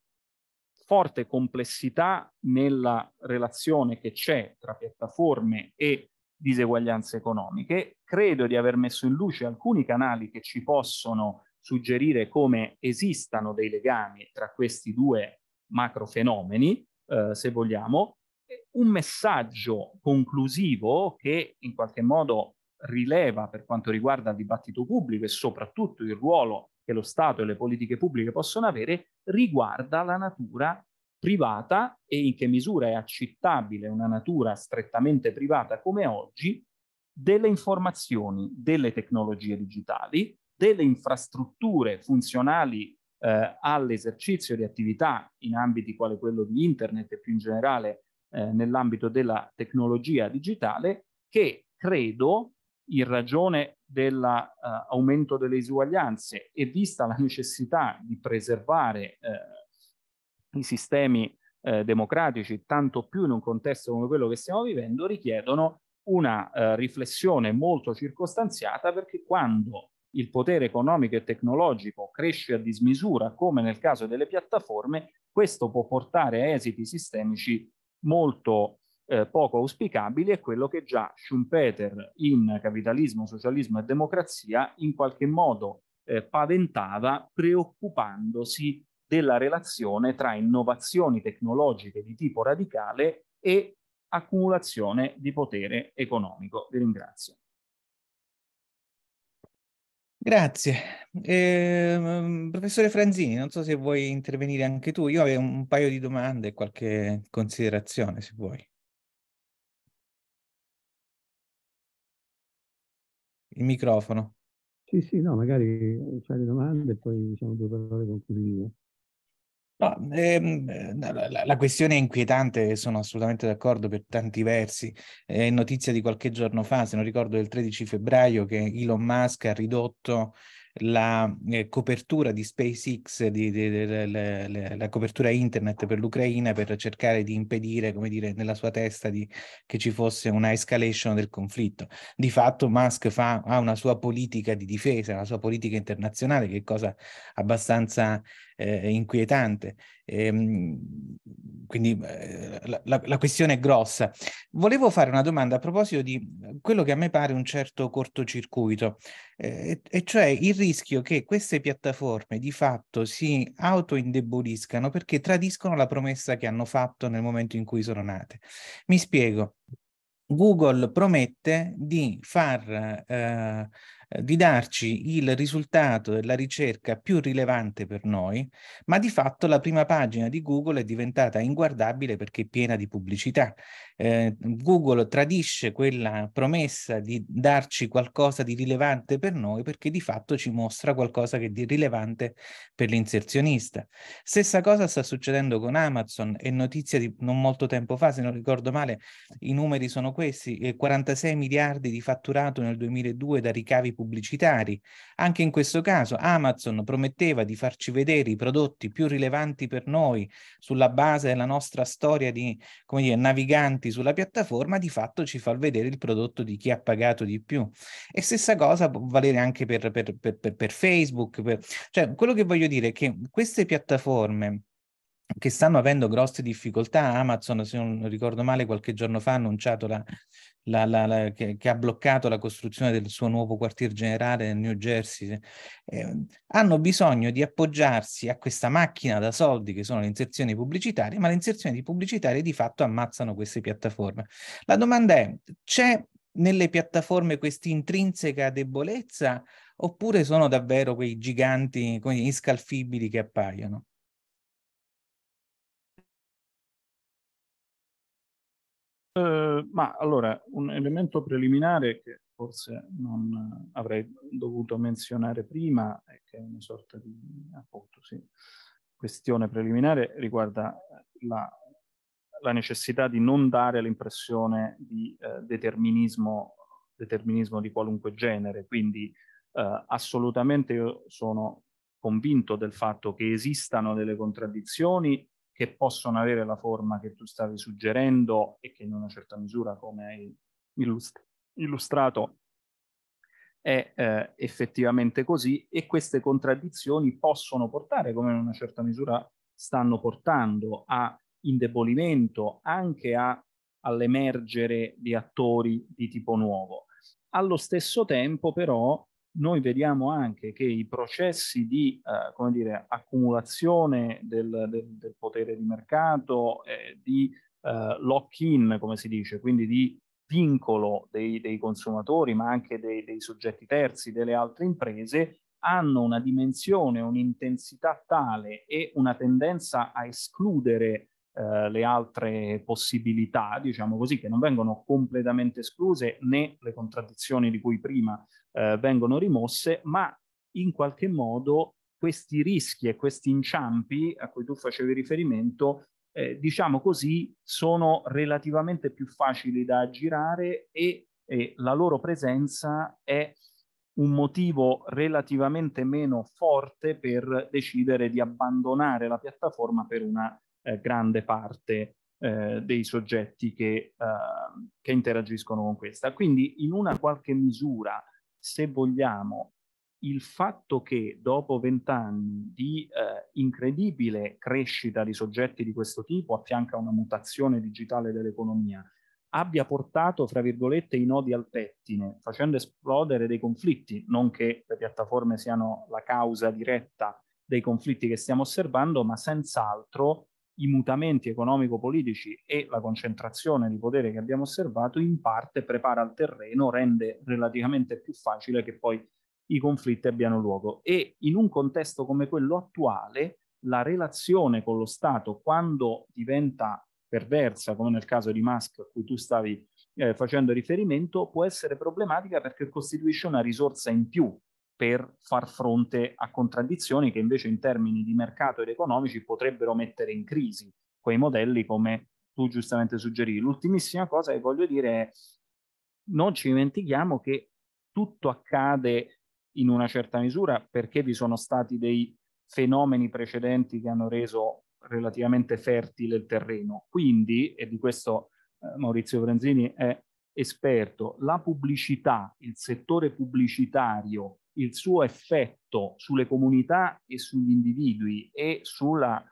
forte complessità nella relazione che c'è tra piattaforme e diseguaglianze economiche. Credo di aver messo in luce alcuni canali che ci possono suggerire come esistano dei legami tra questi due macrofenomeni, se vogliamo. Un messaggio conclusivo che in qualche modo rileva per quanto riguarda il dibattito pubblico e soprattutto il ruolo che lo Stato e le politiche pubbliche possono avere, riguarda la natura privata e in che misura è accettabile una natura strettamente privata come oggi delle informazioni, delle tecnologie digitali, delle infrastrutture funzionali all'esercizio di attività in ambiti quale quello di internet e più in generale nell'ambito della tecnologia digitale, che credo, in ragione dell'aumento delle disuguaglianze e vista la necessità di preservare i sistemi democratici, tanto più in un contesto come quello che stiamo vivendo, richiedono una riflessione molto circostanziata, perché quando il potere economico e tecnologico cresce a dismisura, come nel caso delle piattaforme, questo può portare a esiti sistemici molto poco auspicabili, è quello che già Schumpeter in Capitalismo, Socialismo e Democrazia in qualche modo paventava, preoccupandosi della relazione tra innovazioni tecnologiche di tipo radicale e accumulazione di potere economico. Vi ringrazio. Grazie. Professore Franzini, non so se vuoi intervenire anche tu. Io avevo un paio di domande e qualche considerazione, se vuoi. Il microfono. Sì, no, magari c'hai le domande e poi diciamo due parole conclusive. No, la questione è inquietante, sono assolutamente d'accordo per tanti versi. È notizia di qualche giorno fa, se non ricordo del 13 febbraio, che Elon Musk ha ridotto la copertura di SpaceX, la copertura internet per l'Ucraina, per cercare di impedire, come dire, nella sua testa che ci fosse una escalation del conflitto. Di fatto Musk ha una sua politica di difesa, una sua politica internazionale, che è cosa abbastanza inquietante. Quindi la questione è grossa. Volevo fare una domanda a proposito di quello che a me pare un certo cortocircuito, e cioè il rischio che queste piattaforme di fatto si autoindeboliscano perché tradiscono la promessa che hanno fatto nel momento in cui sono nate. Mi spiego. Google promette di far di darci il risultato della ricerca più rilevante per noi, ma di fatto la prima pagina di Google è diventata inguardabile perché è piena di pubblicità. Google tradisce quella promessa di darci qualcosa di rilevante per noi perché di fatto ci mostra qualcosa che è di rilevante per l'inserzionista. Stessa cosa sta succedendo con Amazon, è notizia di non molto tempo fa, se non ricordo male, i numeri sono questi, 46 miliardi di fatturato nel 2002 da ricavi pubblicitari. Anche in questo caso Amazon prometteva di farci vedere i prodotti più rilevanti per noi sulla base della nostra storia di, come dire, naviganti sulla piattaforma, di fatto ci fa vedere il prodotto di chi ha pagato di più. E stessa cosa può valere anche per Facebook. Cioè, quello che voglio dire è che queste piattaforme che stanno avendo grosse difficoltà, Amazon, se non ricordo male, qualche giorno fa ha annunciato che ha bloccato la costruzione del suo nuovo quartier generale nel New Jersey, hanno bisogno di appoggiarsi a questa macchina da soldi che sono le inserzioni pubblicitarie, ma le inserzioni pubblicitarie di fatto ammazzano queste piattaforme. La domanda è, c'è nelle piattaforme questa intrinseca debolezza oppure sono davvero quei giganti inscalfibili che appaiono? Ma allora, un elemento preliminare che forse non avrei dovuto menzionare prima, è che è una sorta di, appunto, sì, questione preliminare, riguarda la necessità di non dare l'impressione di determinismo di qualunque genere. Quindi assolutamente io sono convinto del fatto che esistano delle contraddizioni che possono avere la forma che tu stavi suggerendo e che in una certa misura, come hai illustrato, è effettivamente così, e queste contraddizioni possono portare, come in una certa misura stanno portando, a indebolimento, anche all'emergere di attori di tipo nuovo. Allo stesso tempo, però, noi vediamo anche che i processi di come dire, accumulazione del potere di mercato, di lock-in, come si dice, quindi di vincolo dei consumatori, ma anche dei soggetti terzi, delle altre imprese, hanno una dimensione, un'intensità tale e una tendenza a escludere le altre possibilità, diciamo così, che non vengono completamente escluse, né le contraddizioni di cui prima vengono rimosse, ma in qualche modo questi rischi e questi inciampi a cui tu facevi riferimento, diciamo così, sono relativamente più facili da aggirare e la loro presenza è un motivo relativamente meno forte per decidere di abbandonare la piattaforma per una grande parte dei soggetti che interagiscono con questa. Quindi in una qualche misura, se vogliamo, il fatto che dopo 20 anni di incredibile crescita di soggetti di questo tipo, affianca una mutazione digitale dell'economia, abbia portato, fra virgolette, i nodi al pettine, facendo esplodere dei conflitti, non che le piattaforme siano la causa diretta dei conflitti che stiamo osservando, ma senz'altro i mutamenti economico-politici e la concentrazione di potere che abbiamo osservato in parte prepara il terreno, rende relativamente più facile che poi i conflitti abbiano luogo. E in un contesto come quello attuale, la relazione con lo Stato, quando diventa perversa, come nel caso di Musk a cui tu stavi facendo riferimento, può essere problematica perché costituisce una risorsa in più per far fronte a contraddizioni che invece in termini di mercato ed economici potrebbero mettere in crisi quei modelli, come tu giustamente suggerivi. L'ultimissima cosa che voglio dire è: non ci dimentichiamo che tutto accade in una certa misura perché vi sono stati dei fenomeni precedenti che hanno reso relativamente fertile il terreno. Quindi, e di questo Maurizio Franzini è esperto, la pubblicità, il settore pubblicitario, il suo effetto sulle comunità e sugli individui e sulla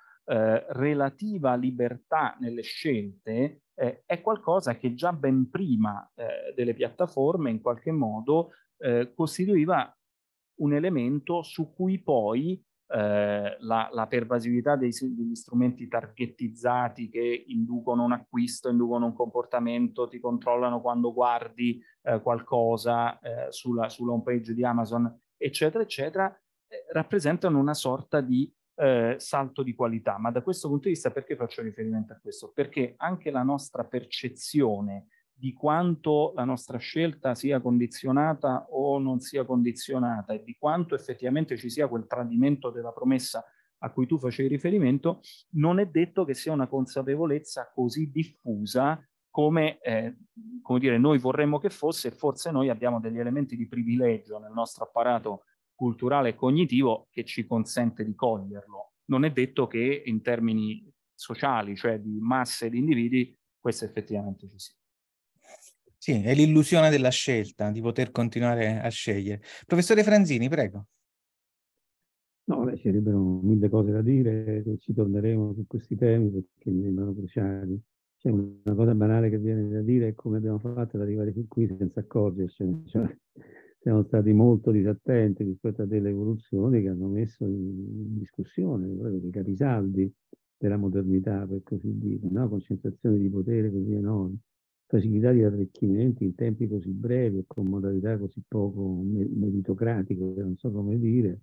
relativa libertà nelle scelte è qualcosa che già ben prima delle piattaforme in qualche modo costituiva un elemento su cui poi la pervasività degli strumenti targetizzati che inducono un acquisto, inducono un comportamento, ti controllano quando guardi qualcosa sulla home page di Amazon, eccetera, eccetera, rappresentano una sorta di salto di qualità. Ma da questo punto di vista perché faccio riferimento a questo? Perché anche la nostra percezione di quanto la nostra scelta sia condizionata o non sia condizionata e di quanto effettivamente ci sia quel tradimento della promessa a cui tu facevi riferimento, non è detto che sia una consapevolezza così diffusa come dire, noi vorremmo che fosse, e forse noi abbiamo degli elementi di privilegio nel nostro apparato culturale e cognitivo che ci consente di coglierlo. Non è detto che in termini sociali, cioè di masse di individui, questo effettivamente ci sia. Sì, è l'illusione della scelta, di poter continuare a scegliere. Professore Franzini, prego. No, ci sarebbero mille cose da dire, ci torneremo su questi temi perché mi sembrano cruciali. C'è una cosa banale che viene da dire è come abbiamo fatto ad arrivare fin qui senza accorgercene, cioè siamo stati molto disattenti rispetto a delle evoluzioni che hanno messo in discussione proprio i capisaldi della modernità, per così dire, no? Concentrazioni di potere così enormi, facilità di arricchimento in tempi così brevi e con modalità così poco meritocratiche, non so come dire,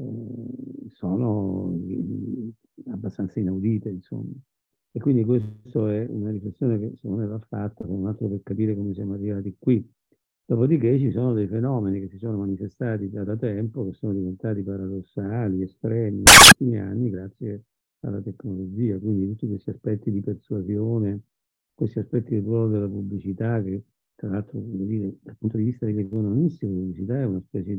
sono abbastanza inaudite, insomma. E quindi questa è una riflessione che secondo me va fatta, se non altro per capire come siamo arrivati qui. Dopodiché ci sono dei fenomeni che si sono manifestati già da tempo, che sono diventati paradossali, estremi, negli ultimi anni, grazie alla tecnologia. Quindi tutti questi aspetti di persuasione, questi aspetti del ruolo della pubblicità, che tra l'altro, voglio dire, dal punto di vista degli economisti, la pubblicità è una specie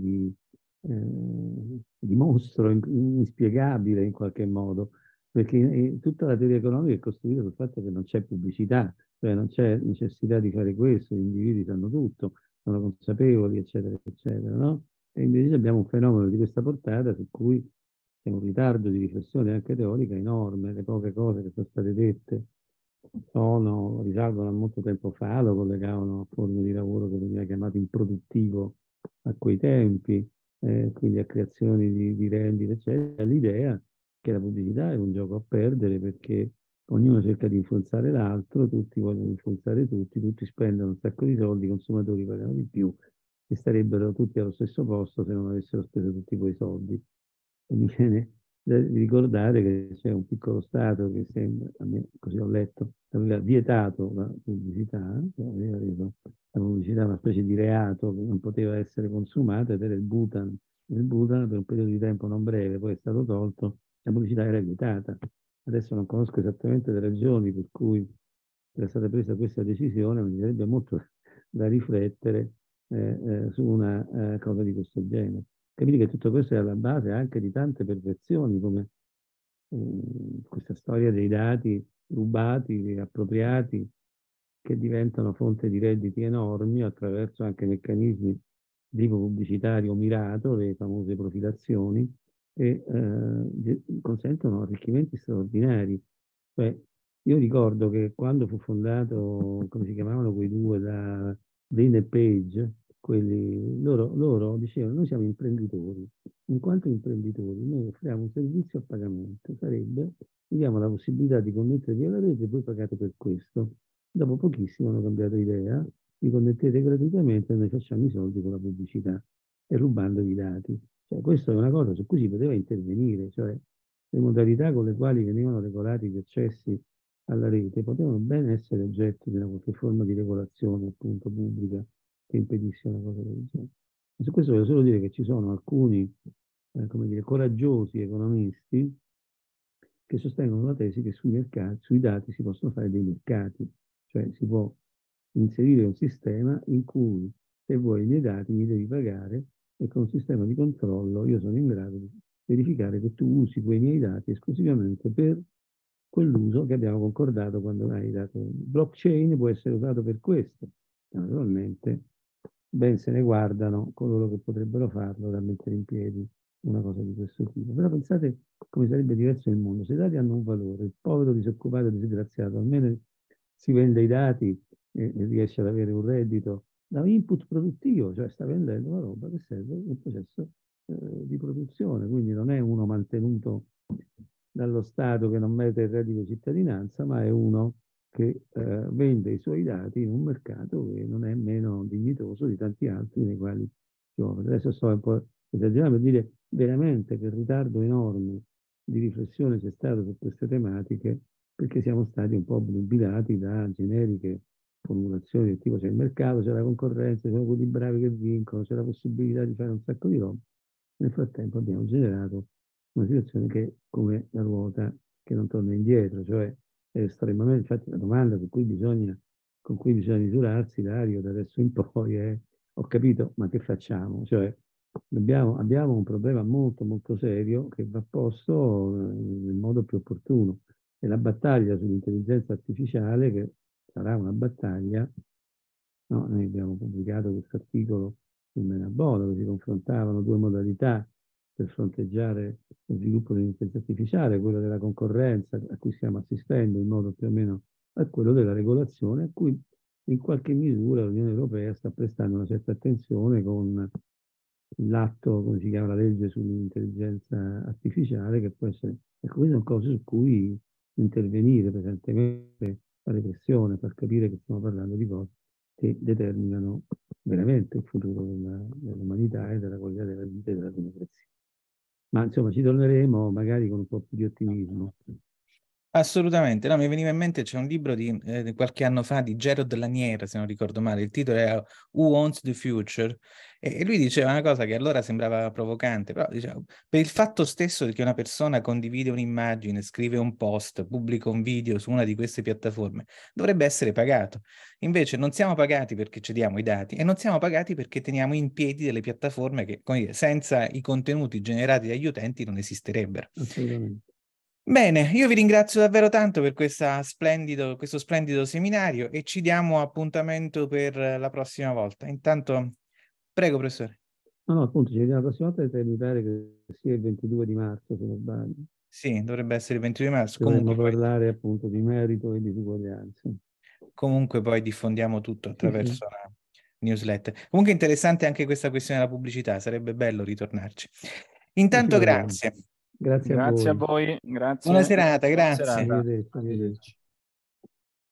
di mostro inspiegabile in qualche modo, perché tutta la teoria economica è costruita sul fatto che non c'è pubblicità, cioè non c'è necessità di fare questo, gli individui sanno tutto, sono consapevoli, eccetera, eccetera, no? E invece abbiamo un fenomeno di questa portata su cui c'è un ritardo di riflessione anche teorica enorme, le poche cose che sono state dette risalgono a molto tempo fa, lo collegavano a forme di lavoro che veniva chiamato improduttivo a quei tempi, quindi a creazioni di rendite, eccetera. L'idea che la pubblicità è un gioco a perdere perché ognuno cerca di influenzare l'altro, tutti vogliono influenzare tutti spendono un sacco di soldi, i consumatori pagano di più e starebbero tutti allo stesso posto se non avessero speso tutti quei soldi. E mi viene da ricordare che c'è un piccolo Stato che sembra, a me, così ho letto, aveva vietato la pubblicità, aveva reso la pubblicità una specie di reato che non poteva essere consumata ed era il Bhutan. Il Bhutan per un periodo di tempo non breve, poi è stato tolto, la pubblicità era vietata. Adesso non conosco esattamente le ragioni per cui era stata presa questa decisione, ma ci sarebbe molto da riflettere su una cosa di questo genere. Capite che tutto questo è alla base anche di tante perversioni, come questa storia dei dati rubati, appropriati, che diventano fonte di redditi enormi attraverso anche meccanismi di tipo pubblicitario mirato, le famose profilazioni, e consentono arricchimenti straordinari. Cioè, io ricordo che quando fu fondato, come si chiamavano quei due, da Vane e Page, loro dicevano, noi siamo imprenditori, in quanto imprenditori noi offriamo un servizio a pagamento, sarebbe, vi diamo la possibilità di connettervi alla rete e voi pagate per questo. Dopo pochissimo hanno cambiato idea, vi connettete gratuitamente e noi facciamo i soldi con la pubblicità e rubandovi i dati. Cioè, questa è una cosa su cui si poteva intervenire, cioè le modalità con le quali venivano regolati gli accessi alla rete potevano ben essere oggetto di una qualche forma di regolazione appunto pubblica che impedisse una cosa del genere. E su questo voglio solo dire che ci sono alcuni, come dire, coraggiosi economisti che sostengono la tesi che sui dati si possono fare dei mercati, cioè si può inserire un sistema in cui se vuoi i miei dati mi devi pagare e con un sistema di controllo io sono in grado di verificare che tu usi quei miei dati esclusivamente per quell'uso che abbiamo concordato quando hai dato. Blockchain può essere usato per questo. Naturalmente ben se ne guardano coloro che potrebbero farlo da mettere in piedi una cosa di questo tipo. Però pensate come sarebbe diverso il mondo. Se i dati hanno un valore, il povero disoccupato disgraziato almeno si vende i dati e riesce ad avere un reddito da un input produttivo, cioè sta vendendo una roba che serve nel processo di produzione, quindi non è uno mantenuto dallo Stato che non mette il reddito di cittadinanza, ma è uno che vende i suoi dati in un mercato che non è meno dignitoso di tanti altri nei quali si opera. Adesso sto un po' esagerando per dire veramente che il ritardo enorme di riflessione c'è stato su queste tematiche perché siamo stati un po' obnubilati da generiche formulazioni del tipo c'è il mercato, c'è la concorrenza, sono quelli bravi che vincono, c'è la possibilità di fare un sacco di roba. Nel frattempo abbiamo generato una situazione che è come la ruota che non torna indietro, cioè è estremamente, infatti la domanda con cui bisogna misurarsi, Dario, da adesso in poi è, ho capito, ma che facciamo? Cioè, abbiamo un problema molto molto serio che va posto nel modo più opportuno. E la battaglia sull'intelligenza artificiale, che sarà una battaglia, no? Noi abbiamo pubblicato questo articolo su Menabolo, dove si confrontavano due modalità per fronteggiare lo sviluppo dell'intelligenza artificiale, quello della concorrenza, a cui stiamo assistendo in modo più o meno, a quello della regolazione, a cui in qualche misura l'Unione Europea sta prestando una certa attenzione con l'atto, come si chiama, la legge sull'intelligenza artificiale, che può essere, ecco, queste sono cose su cui intervenire pesantemente, fare pressione, far capire che stiamo parlando di cose che determinano veramente il futuro dell'umanità e della qualità della vita e della democrazia. Ma insomma ci torneremo magari con un po' più di ottimismo. Assolutamente, no, mi veniva in mente, c'è un libro di qualche anno fa di Gerard Lanier, se non ricordo male, il titolo era Who Owns the Future? E lui diceva una cosa che allora sembrava provocante, però diceva, per il fatto stesso che una persona condivide un'immagine, scrive un post, pubblica un video su una di queste piattaforme, dovrebbe essere pagato. Invece non siamo pagati perché cediamo i dati e non siamo pagati perché teniamo in piedi delle piattaforme che, come dire, senza i contenuti generati dagli utenti non esisterebbero. Assolutamente. Bene, io vi ringrazio davvero tanto per questo splendido seminario e ci diamo appuntamento per la prossima volta. Intanto, prego, professore. No, appunto, ci vediamo la prossima volta e mi pare che sia il 22 di marzo, se non sbaglio. Sì, dovrebbe essere il 22 marzo. Dovremmo parlare appunto di merito e disuguaglianza. Comunque poi diffondiamo tutto attraverso Sì. la newsletter. Comunque interessante anche questa questione della pubblicità, sarebbe bello ritornarci. Intanto grazie. Grazie a voi. Grazie a voi, grazie. Buona serata, Buona grazie. serata. Arrivederci.